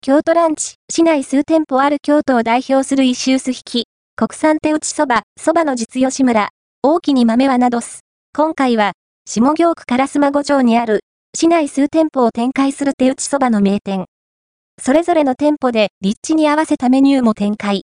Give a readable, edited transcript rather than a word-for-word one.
京都ランチ、市内数店舗ある京都を代表する石臼引き、国産手打ちそば、そばの実吉村、大きに豆はなどす。今回は、下京区烏丸5条にある、市内数店舗を展開する手打ちそばの名店。それぞれの店舗で立地に合わせたメニューも展開。